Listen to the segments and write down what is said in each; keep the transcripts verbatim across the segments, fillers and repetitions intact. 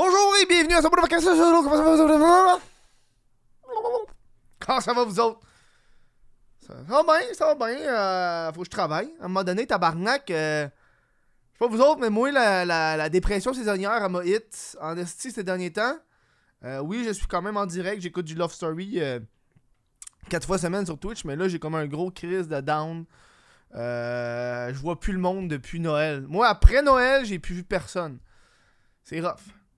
Bonjour et bienvenue à ce podcast. Comment ça va? Comment ça va vous autres? Ça va bien, ça va bien. Euh, faut que je travaille. À un moment donné, tabarnak. Euh, je sais pas vous autres, mais moi, la, la, la dépression saisonnière, elle m'a hit en esti ces derniers temps. Euh, oui, je suis quand même en direct. J'écoute du Love Story euh, quatre fois semaine sur Twitch, mais là, j'ai comme un gros crise de down. Euh, je vois plus le monde depuis Noël. Moi, après Noël, j'ai plus vu personne. C'est rough.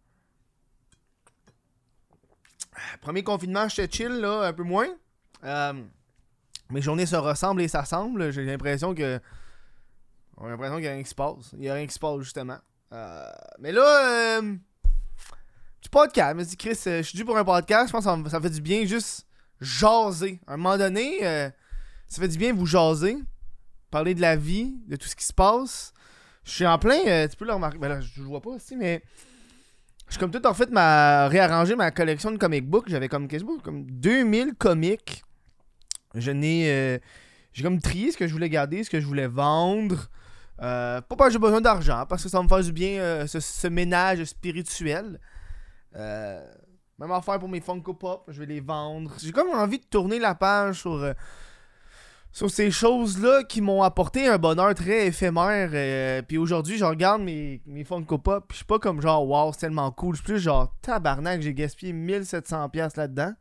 Premier confinement, j'étais chill, là, un peu moins. Euh, mes journées se ressemblent et s'assemblent. J'ai l'impression que... On a l'impression qu'il y a rien qui se passe. Il y a rien qui se passe, justement. Euh, mais là... Euh, du podcast. Je me dis, Chris, je suis dû pour un podcast. Je pense que ça, ça fait du bien juste jaser. À un moment donné, euh, ça fait du bien vous jaser. Parler de la vie, de tout ce qui se passe. Je suis en plein... Euh, tu peux le remarquer. Ben là, je le vois pas aussi, mais... Je suis comme tout en fait ma réarrangé ma collection de comic books. J'avais comme quasiment comme deux mille comics. Je n'ai euh, j'ai comme trié ce que je voulais garder, ce que je voulais vendre. Euh, pas parce que j'ai besoin d'argent, parce que ça va me faire du bien euh, ce, ce ménage spirituel. Euh, même affaire pour mes Funko Pop, je vais les vendre. J'ai comme envie de tourner la page sur euh, sur ces choses-là qui m'ont apporté un bonheur très éphémère. Euh, puis aujourd'hui, je regarde mes, mes Funko Pop. Puis je suis pas comme genre, wow, c'est tellement cool. Je suis plus genre, tabarnak, j'ai gaspillé mille sept cents dollars là-dedans.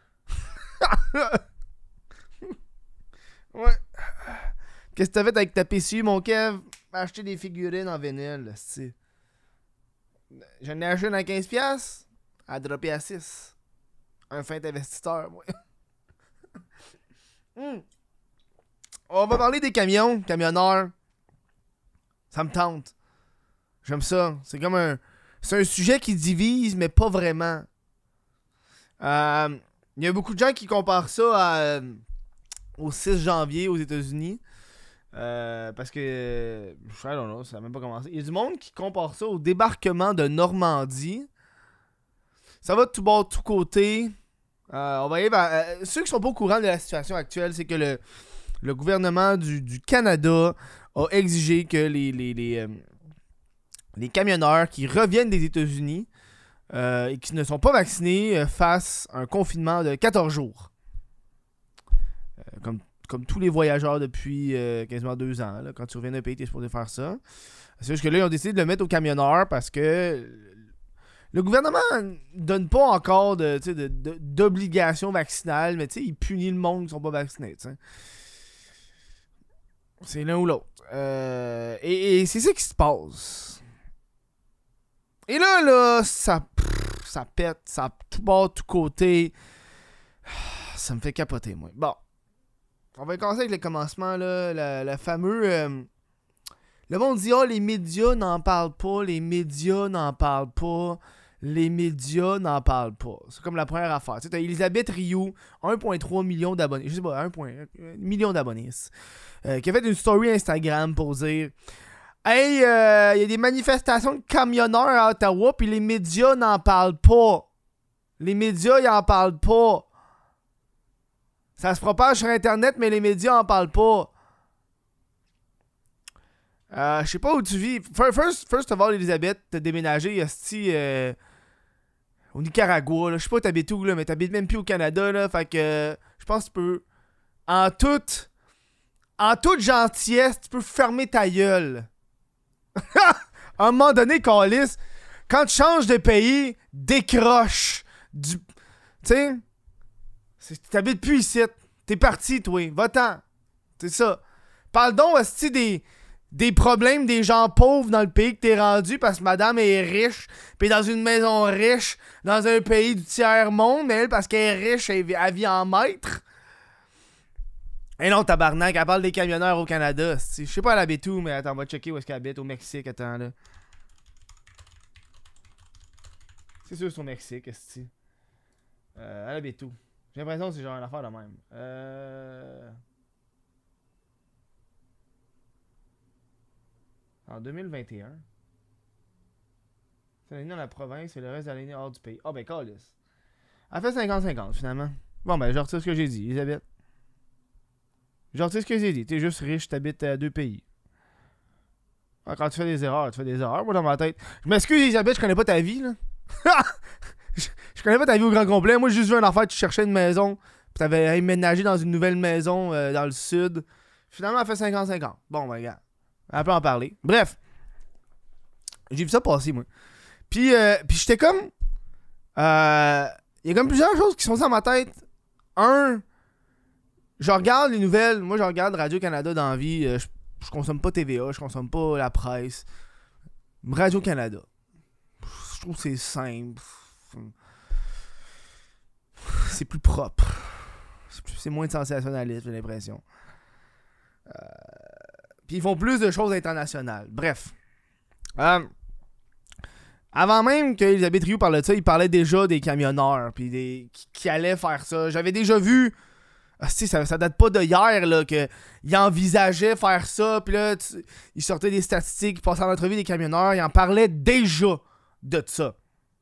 Ouais. Qu'est-ce que t'as fait avec ta P C U, mon Kev? Acheter des figurines en vinyle, c'est. J'en ai acheté une à quinze dollars, à dropper à six. Un fin investisseur, moi. mm. On va parler des camions, camionneurs. Ça me tente. J'aime ça. C'est comme un... C'est un sujet qui divise, mais pas vraiment. Il euh, y a beaucoup de gens qui comparent ça à, euh, au six janvier aux États-Unis. Euh, parce que... Je don't know, ça n'a même pas commencé. Il y a du monde qui compare ça au débarquement de Normandie. Ça va de tout bord, de tous côtés. Euh, on va aller vers... Euh, ceux qui sont pas au courant de la situation actuelle, c'est que le... Le gouvernement du, du Canada a exigé que les, les, les, euh, les camionneurs qui reviennent des États-Unis euh, et qui ne sont pas vaccinés euh, fassent un confinement de quatorze jours. Euh, comme, comme tous les voyageurs depuis euh, quasiment deux ans. Là, quand tu reviens d'un pays, tu es supposé faire ça. C'est juste que là, ils ont décidé de le mettre aux camionneurs parce que le gouvernement ne donne pas encore de, de, de, d'obligation vaccinale, mais il punit le monde qui ne sont pas vaccinés. T'sais. C'est l'un ou l'autre. Euh, et, et c'est ça qui se passe. Et là, là, ça, pff, ça pète, ça tout bord, tout côté. Ça me fait capoter, moi. Bon. On va commencer avec le commencement, là. Le, le fameux... Euh, le monde dit, oh, les médias n'en parlent pas, les médias n'en parlent pas, les médias n'en parlent pas. C'est comme la première affaire. Tu sais, t'as Elisabeth Rioux, un virgule trois million d'abonnés. Je sais pas, un million d'abonnés. Euh, qui a fait une story Instagram pour dire hey, il euh, y a des manifestations de camionneurs à Ottawa, puis les médias n'en parlent pas. Les médias, ils en parlent pas. Ça se propage sur Internet, mais les médias en parlent pas. Euh, je sais pas où tu vis. First, first of all, Elisabeth, t'as déménagé euh, au Nicaragua. Je sais pas où t'habites où, là, mais t'habites même plus au Canada. Là, fait que euh, je pense que tu peux, en toute en toute gentillesse, tu peux fermer ta gueule. À un moment donné, câlisse, quand tu changes de pays, décroche. Du... Tu sais, t'habites plus ici. T'es parti, toi. Va-t'en. C'est ça. Parle donc, aussi des... Des problèmes des gens pauvres dans le pays que t'es rendu parce que madame est riche, pis dans une maison riche, dans un pays du tiers-monde, mais elle, parce qu'elle est riche, elle, elle vit en maître. Et non, tabarnak, elle parle des camionneurs au Canada. Je sais pas elle habite où, mais attends, on va checker où est-ce qu'elle habite, au Mexique, attends là. C'est sûr c'est au Mexique, est-ce que euh, elle habite où? J'ai l'impression que c'est genre une affaire de même. Euh... En deux mille vingt et un. C'est l'année dans la province et le reste de l'année hors du pays. Ah oh, ben câlisse. Elle fait cinquante cinquante finalement. Bon ben je retire ce que j'ai dit, Elisabeth. Je retire ce que j'ai dit. T'es juste riche, t'habites à deux pays. Ah, quand tu fais des erreurs, tu fais des erreurs, moi dans ma tête. Je m'excuse Elisabeth, je connais pas ta vie là. je, je connais pas ta vie au grand complet. Moi, j'ai juste vu un affaire, tu cherchais une maison, puis t'avais aménagé dans une nouvelle maison euh, dans le sud. Finalement, elle fait cinquante cinquante. Bon, ben, regarde. On peut en parler. Bref. J'ai vu ça passer, moi. Puis, euh, puis j'étais comme... Il euh, y a comme plusieurs choses qui sont dans ma tête. Un, je regarde les nouvelles. Moi, je regarde Radio-Canada dans la vie. Euh, je, je consomme pas T V A, je consomme pas la presse. Radio-Canada. Je trouve que c'est simple. C'est plus propre. C'est, plus, c'est moins sensationnaliste, j'ai l'impression. Euh, Puis ils font plus de choses internationales. Bref. Euh, avant même qu'Elisabeth Rioux parle de ça, il parlait déjà des camionneurs puis des qui, qui allaient faire ça. J'avais déjà vu... Ah, ça, ça date pas de hier là, qu'il envisageait faire ça. Puis là, tu, il sortait des statistiques, il passait en entrevue des camionneurs. Il en parlait déjà de ça.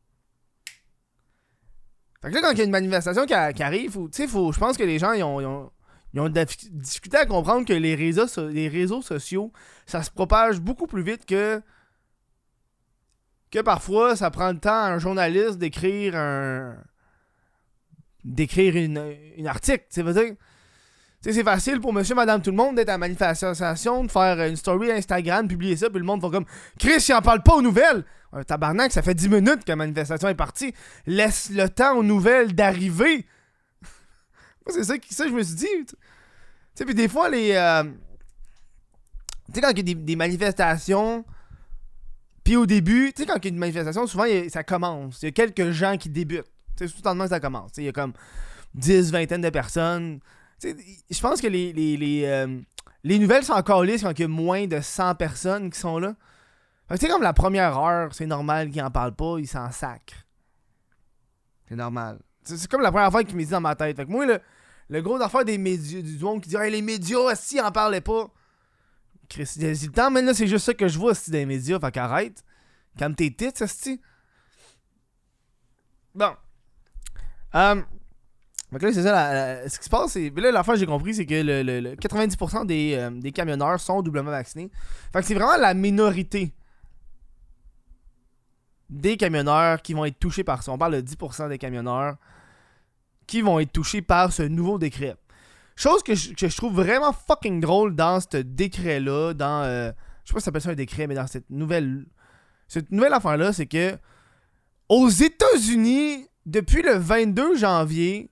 Fait que là, quand il y a une manifestation qui, qui arrive, faut, faut, je pense que les gens ils ont, ils ont, ils ont de la difficulté à comprendre que les réseaux, les réseaux sociaux, ça se propage beaucoup plus vite que que parfois, ça prend le temps à un journaliste d'écrire un... d'écrire une, une article, tu sais, dire. Tu sais, c'est facile pour monsieur, madame, tout le monde d'être à la manifestation, de faire une story Instagram, publier ça, puis le monde va comme « Chris, il en parle pas aux nouvelles! » Un tabarnak, ça fait dix minutes que la manifestation est partie. Laisse le temps aux nouvelles d'arriver. Moi, c'est ça, ça je me suis dit. Tu sais, puis des fois, les... Euh... Tu sais, quand il y a des, des manifestations... Puis au début, tu sais, quand il y a une manifestation, souvent, y a, ça commence. Il y a quelques gens qui débutent. Tu sais, tout le temps, ça commence. Il y a comme dix, vingtaine de personnes. Je pense que les les, les, euh, les nouvelles sont encore lisses quand il y a moins de cent personnes qui sont là. Tu sais, comme la première heure, c'est normal qu'ils en parlent pas, ils s'en sacrent. C'est normal. C'est, c'est comme la première fois qu'ils me dit dans ma tête. Fait que moi, le, le gros affaire des médias, du monde qui dit hey, les médias, si ils en parlaient pas. Chris, il y a le temps, mais là, c'est juste ça que je vois aussi dans les médias. Fait qu'arrête. Calme tes tits, esti. Bon. Um, donc là, c'est ça. La, la, ce qui se passe, c'est. Là, l'affaire que j'ai compris, c'est que le, le, le quatre-vingt-dix pour cent des, euh, des camionneurs sont doublement vaccinés. Fait que c'est vraiment la minorité des camionneurs qui vont être touchés par ça. On parle de dix pour cent des camionneurs qui vont être touchés par ce nouveau décret. Chose que je, que je trouve vraiment fucking drôle dans ce décret-là, dans... Euh, je sais pas si ça s'appelle ça un décret, mais dans cette nouvelle... Cette nouvelle affaire-là, c'est que aux États-Unis, depuis le vingt-deux janvier,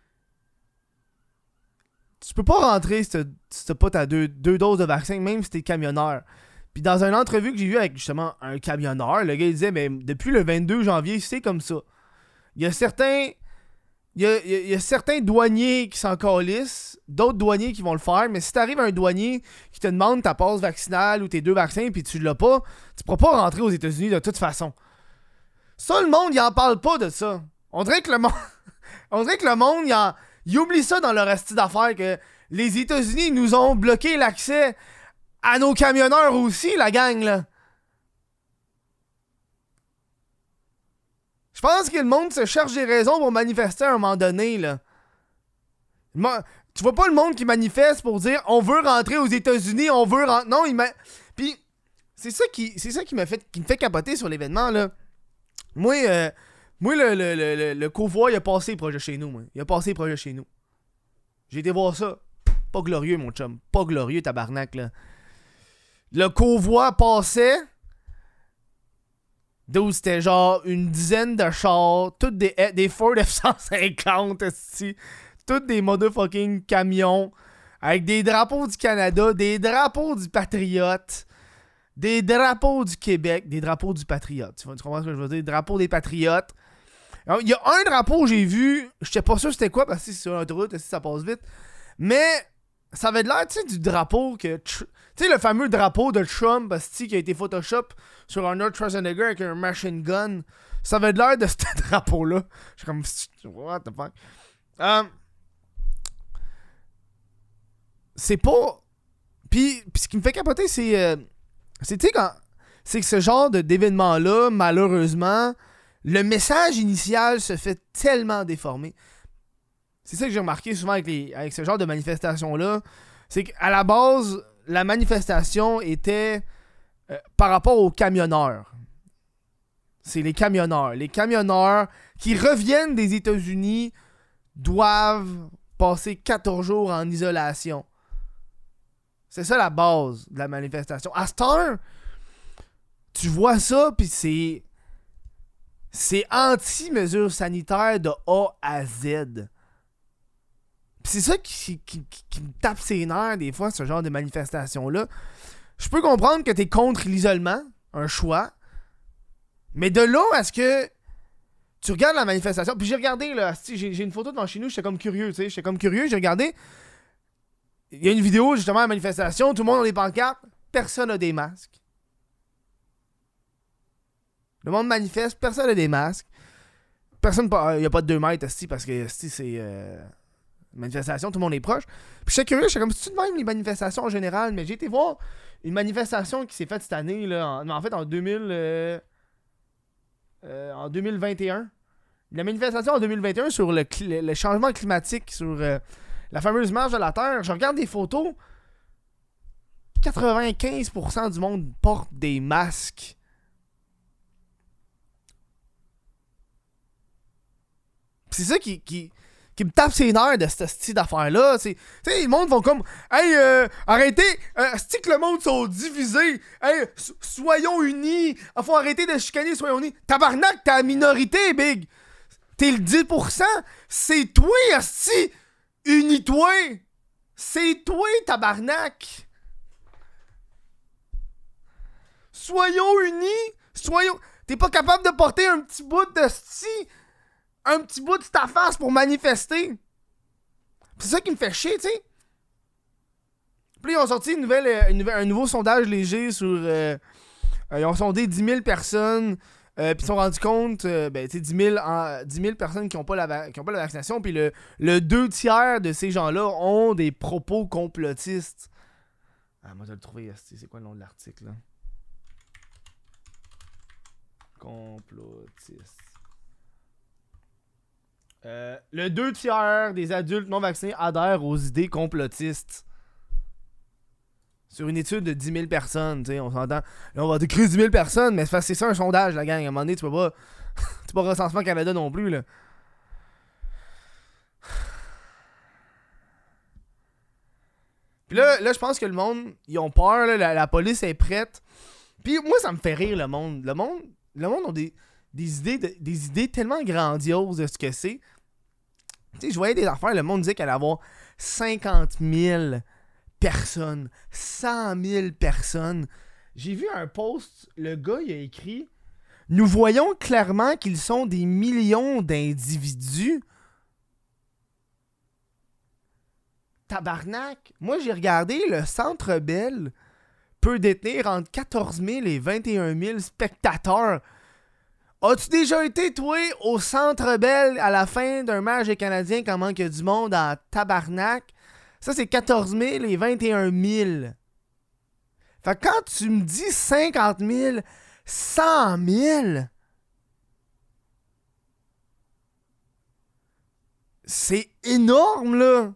tu peux pas rentrer si t'as, si t'as pas ta deux, deux doses de vaccin, même si t'es camionneur. Puis dans une entrevue que j'ai vue avec justement un camionneur, le gars il disait, mais depuis le vingt-deux janvier, c'est comme ça. Il y a certains... Il y, a, il, y a, il y a certains douaniers qui s'en calissent, d'autres douaniers qui vont le faire, mais si t'arrives à un douanier qui te demande ta passe vaccinale ou tes deux vaccins puis tu l'as pas, tu pourras pas rentrer aux États-Unis de toute façon. Ça, le monde, il en parle pas de ça. On dirait que le monde... On dirait que le monde, il, en... il oublie ça dans leur style d'affaires, que les États-Unis nous ont bloqué l'accès à nos camionneurs aussi, la gang, là. Je pense que le monde se cherche des raisons pour manifester à un moment donné, là. Tu vois pas le monde qui manifeste pour dire on veut rentrer aux États-Unis, on veut rentrer. Non, il m'a. Puis, c'est ça qui c'est ça qui me fait, qui me fait capoter sur l'événement, là. Moi, euh, moi le, le, le, le, le convoi, il a passé proche de chez nous, moi. Il a passé proche de chez nous. J'ai été voir ça. Pas glorieux, mon chum. Pas glorieux, tabarnak, là. Le convoi passait. D'où c'était genre une dizaine de chars, toutes des, des Ford F cent cinquante, esti, toutes des motherfucking camions, avec des drapeaux du Canada, des drapeaux du Patriote, des drapeaux du Québec, des drapeaux du Patriote. Tu, tu comprends ce que je veux dire? Des drapeaux des Patriotes. Il y a un drapeau que j'ai vu, j'étais pas sûr c'était quoi, parce que c'est sur l'autoroute, ça passe vite, mais ça avait l'air, tu sais, du drapeau que... Tu sais, le fameux drapeau de Trump, qui a été Photoshop sur Arnold Schwarzenegger avec un machine gun. Ça avait l'air de ce drapeau-là. Je suis comme... What the fuck? Um, c'est pas... Puis, puis ce qui me fait capoter, c'est... Euh, c'est, tu sais, quand... C'est que ce genre de, d'événement-là, malheureusement, le message initial se fait tellement déformer. C'est ça que j'ai remarqué souvent avec, les, avec ce genre de manifestation-là. C'est qu'à la base... La manifestation était euh, par rapport aux camionneurs. C'est les camionneurs. Les camionneurs qui reviennent des États-Unis doivent passer quatorze jours en isolation. C'est ça la base de la manifestation. À cette heure, tu vois ça, puis c'est... C'est anti-mesures sanitaires de A à Z. Pis c'est ça qui, qui, qui, qui me tape ses nerfs des fois, ce genre de manifestation-là. Je peux comprendre que t'es contre l'isolement, un choix. Mais de là à ce que tu regardes la manifestation, puis j'ai regardé, là, j'ai, j'ai une photo devant chez nous, j'étais comme curieux, tu sais, j'étais comme curieux, j'ai regardé. Il y a une vidéo, justement, à la manifestation, tout le monde a des pancartes, personne n'a des masques. Le monde manifeste, personne n'a des masques. Personne, il n'y a pas de deux mètres, parce que c'est euh, une manifestation, tout le monde est proche. Puis j'étais curieux, j'étais comme, c'est-tu de même les manifestations en général? Mais j'ai été voir une manifestation qui s'est faite cette année, là, en, en fait en deux mille... Euh, euh, en deux mille vingt et un. La manifestation en deux mille vingt et un sur le, cl- le changement climatique, sur euh, la fameuse marche de la Terre. Je regarde des photos, quatre-vingt-quinze pour cent du monde porte des masques. C'est ça qui, qui, qui me tape ses nerfs de ce style d'affaires-là. Tu sais, le monde font comme hey, euh, arrêtez, euh, c'est que le monde sont divisés. Hey, so- soyons unis. Il faut arrêter de chicaner, soyons unis. Tabarnak, t'es la minorité, Big. T'es le dix pour cent. C'est toi, asti. Unis-toi. C'est toi, tabarnak. Soyons unis. Soyons. T'es pas capable de porter un petit bout de sti. Un petit bout de ta face pour manifester. C'est ça qui me fait chier, tu sais. Puis ils ont sorti une nouvelle, une nouvelle, un nouveau sondage léger sur... Euh, euh, ils ont sondé dix mille personnes, euh, puis ils se sont rendus compte, euh, ben, tu sais, dix mille, en, dix mille personnes qui n'ont pas, la, qui ont pas la vaccination, puis le, le deux tiers de ces gens-là ont des propos complotistes. Ah, moi, je vais le trouver, c'est quoi le nom de l'article, là? Complotiste. Euh, le deux tiers des adultes non vaccinés adhèrent aux idées complotistes. Sur une étude de dix mille personnes, tu sais, on s'entend. Là, on va décrire dix mille personnes, mais c'est ça un sondage, la gang. À un moment donné, tu peux pas. C'est pas Recensement Canada non plus, là. Puis là, là je pense que le monde, ils ont peur, là, la, la police est prête. Puis moi, ça me fait rire, le monde. Le monde, le monde a des, des, idées de, des idées tellement grandioses de ce que c'est. Tu sais, je voyais des affaires, le monde disait qu'elle allait avoir cinquante mille personnes, cent mille personnes. J'ai vu un post, le gars, il a écrit « Nous voyons clairement qu'ils sont des millions d'individus. » Tabarnak! Moi, j'ai regardé, le Centre Bell peut détenir entre quatorze mille et vingt et un mille spectateurs. As-tu déjà été, toi, au Centre Bell à la fin d'un match des Canadiens, comment qu'il y a du monde en tabarnak? Ça, c'est quatorze mille et vingt et un mille. Fait que quand tu me dis cinquante mille, cent mille, c'est énorme, là.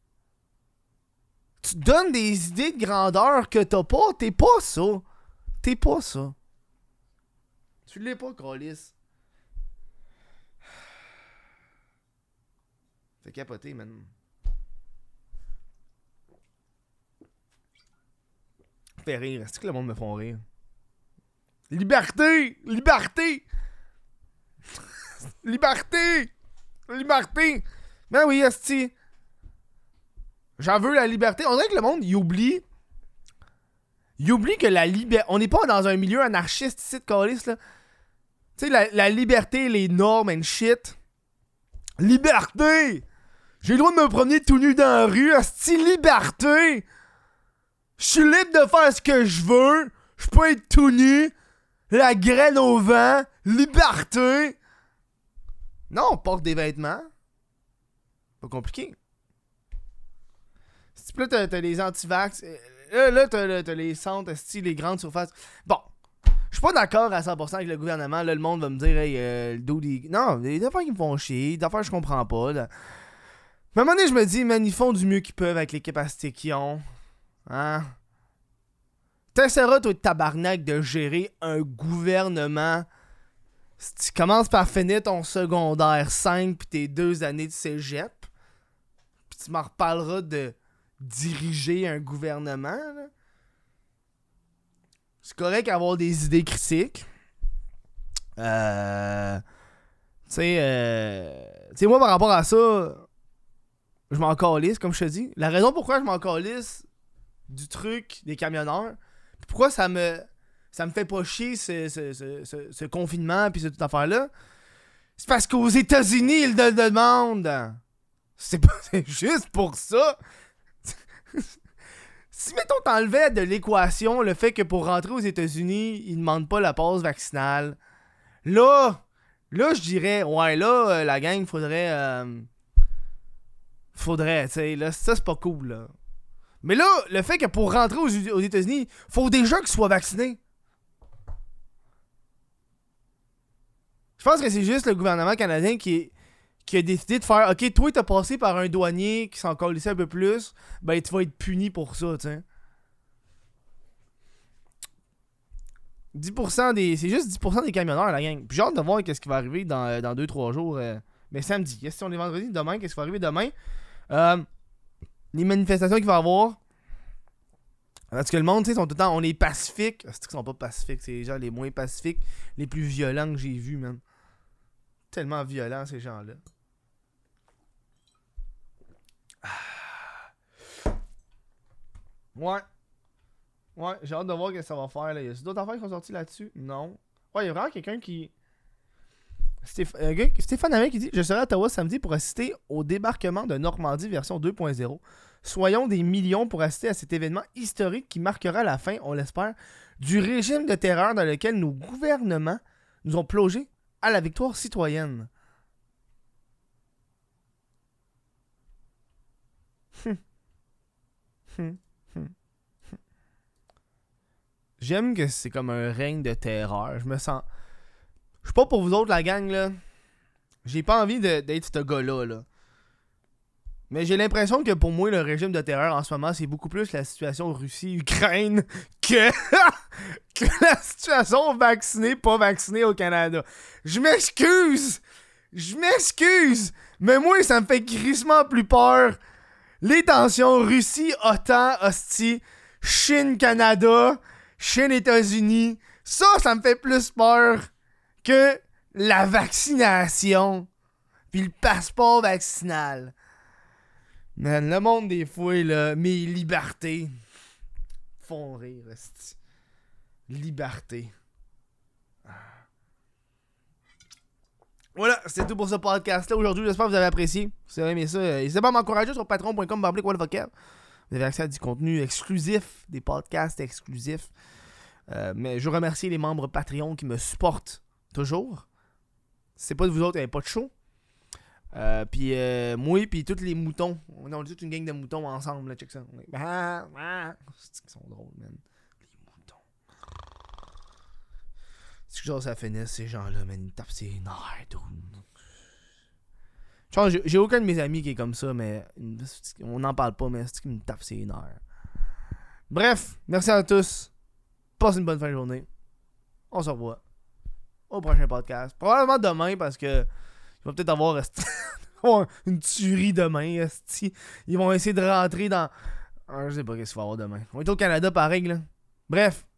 Tu donnes des idées de grandeur que t'as pas. T'es pas ça. T'es pas ça. Tu l'es pas, Colis. Fait capoter, man. Fait rire. Est-ce que le monde me font rire? Liberté! Liberté! Liberté! Liberté! Ben oui, esti. J'en veux la liberté. On dirait que le monde, il oublie. Il oublie que la liberté... On n'est pas dans un milieu anarchiste ici de Colis, là. Tu sais, la, la liberté, les normes and shit. Liberté! J'ai le droit de me promener tout nu dans la rue. Asti, liberté! Je suis libre de faire ce que je veux. Je peux être tout nu. La graine au vent. Liberté! Non, on porte des vêtements. Pas compliqué. Si là, t'as, t'as les anti-vax. Là, là t'as, t'as les centres, asti, les grandes surfaces. Bon. Je suis pas d'accord à cent pour cent avec le gouvernement. Là, le monde va me dire, hey, euh, le dos des. Non, des affaires qui me font chier, des affaires que je comprends pas. Là. Mais à un moment donné, je me dis, man, ils font du mieux qu'ils peuvent avec les capacités qu'ils ont. Hein? T'essaieras, toi, de tabarnak, de gérer un gouvernement Si tu commences par finir ton secondaire cinq pis tes deux années de cégep, pis tu m'en reparleras de diriger un gouvernement, là. C'est correct d'avoir des idées critiques. Euh... Tu sais, euh... tu sais, moi, par rapport à ça, je m'en calisse, comme je te dis. La raison pourquoi je m'en calisse du truc des camionneurs, pourquoi ça me ça me fait pas chier ce, ce, ce, ce, ce confinement pis cette affaire-là, c'est parce qu'aux États-Unis, ils le demandent. C'est pas c'est juste pour ça. Si, mettons, t'enlevais de l'équation le fait que pour rentrer aux États-Unis, ils demandent pas la passe vaccinale, là, là, je dirais, ouais, là, euh, la gang, faudrait... Euh, faudrait, tu sais, là, ça, c'est pas cool, là. Mais là, le fait que pour rentrer aux, aux États-Unis, faut déjà qu'ils soient vaccinés. Je pense que c'est juste le gouvernement canadien qui, est, qui a décidé de faire, ok, toi, t'as passé par un douanier qui s'en calissait un peu plus, ben, tu vas être puni pour ça, tu sais. dix pour cent des... C'est juste dix pour cent des camionneurs, la gang. Puis j'ai hâte de voir qu'est-ce qui va arriver dans, dans deux trois jours. Euh, mais samedi. Qu'est-ce qu'on est vendredi? Demain, qu'est-ce qui va arriver demain? Euh, les manifestations qu'il va y avoir. Parce que le monde, tu sais, sont tout le temps... On est pacifiques. C'est qu'ils sont pas pacifiques. C'est les gens les moins pacifiques, les plus violents que j'ai vus, man. Tellement violents, ces gens-là. Ouais. Ouais, j'ai hâte de voir ce que ça va faire. Là. Y a d'autres affaires qui sont sorties là-dessus? Non. Ouais, il y a vraiment quelqu'un qui... Stéph... Euh, gars, Stéphane Hamel qui dit « Je serai à Ottawa samedi pour assister au débarquement de Normandie version deux point zéro. Soyons des millions pour assister à cet événement historique qui marquera la fin, on l'espère, du régime de terreur dans lequel nos gouvernements nous ont plongés à la victoire citoyenne. » Hum. Hum. Hum. J'aime que c'est comme un règne de terreur. Je me sens... Je suis pas pour vous autres, la gang, là. J'ai pas envie de, d'être ce gars-là, là. Mais j'ai l'impression que pour moi, le régime de terreur en ce moment, c'est beaucoup plus la situation Russie-Ukraine que... que la situation vaccinée-pas vaccinée au Canada. Je m'excuse! Je m'excuse! Mais moi, ça me fait crissement plus peur. Les tensions Russie-OTAN, hostie, Chine-Canada... Chine-États-Unis, ça, ça me fait plus peur que la vaccination puis le passeport vaccinal. Man, le monde des fouilles, là, mes libertés font rire, esti. Liberté. Voilà, c'est tout pour ce podcast-là aujourd'hui. J'espère que vous avez apprécié. Si vous avez aimé ça, n'hésitez pas à m'encourager sur patreon point com slash whatthefuck. Vous avez accès à du contenu exclusif, des podcasts exclusifs. Euh, mais je remercie les membres Patreon qui me supportent toujours. Si c'est pas de vous autres, il n'y avait pas de show. Euh, puis euh, moi puis tous les moutons. On est toute une gang de moutons ensemble, là, check ça. Ah, ah. C'est qu'ils sont drôles, man. Les moutons. C'est que genre ça finisse, ces gens-là, man. Ils tapent ses nerfs, tout. Genre, j'ai, j'ai aucun de mes amis qui est comme ça, mais on n'en parle pas, mais c'est qui me tape ses nerfs. Bref, merci à tous. Passez une bonne fin de journée. On se revoit au prochain podcast. Probablement demain, parce que il va peut-être avoir une tuerie demain. Esti. Ils vont essayer de rentrer dans... Ah, je sais pas ce qu'il va y avoir demain. On est au Canada, pareil, là. Bref,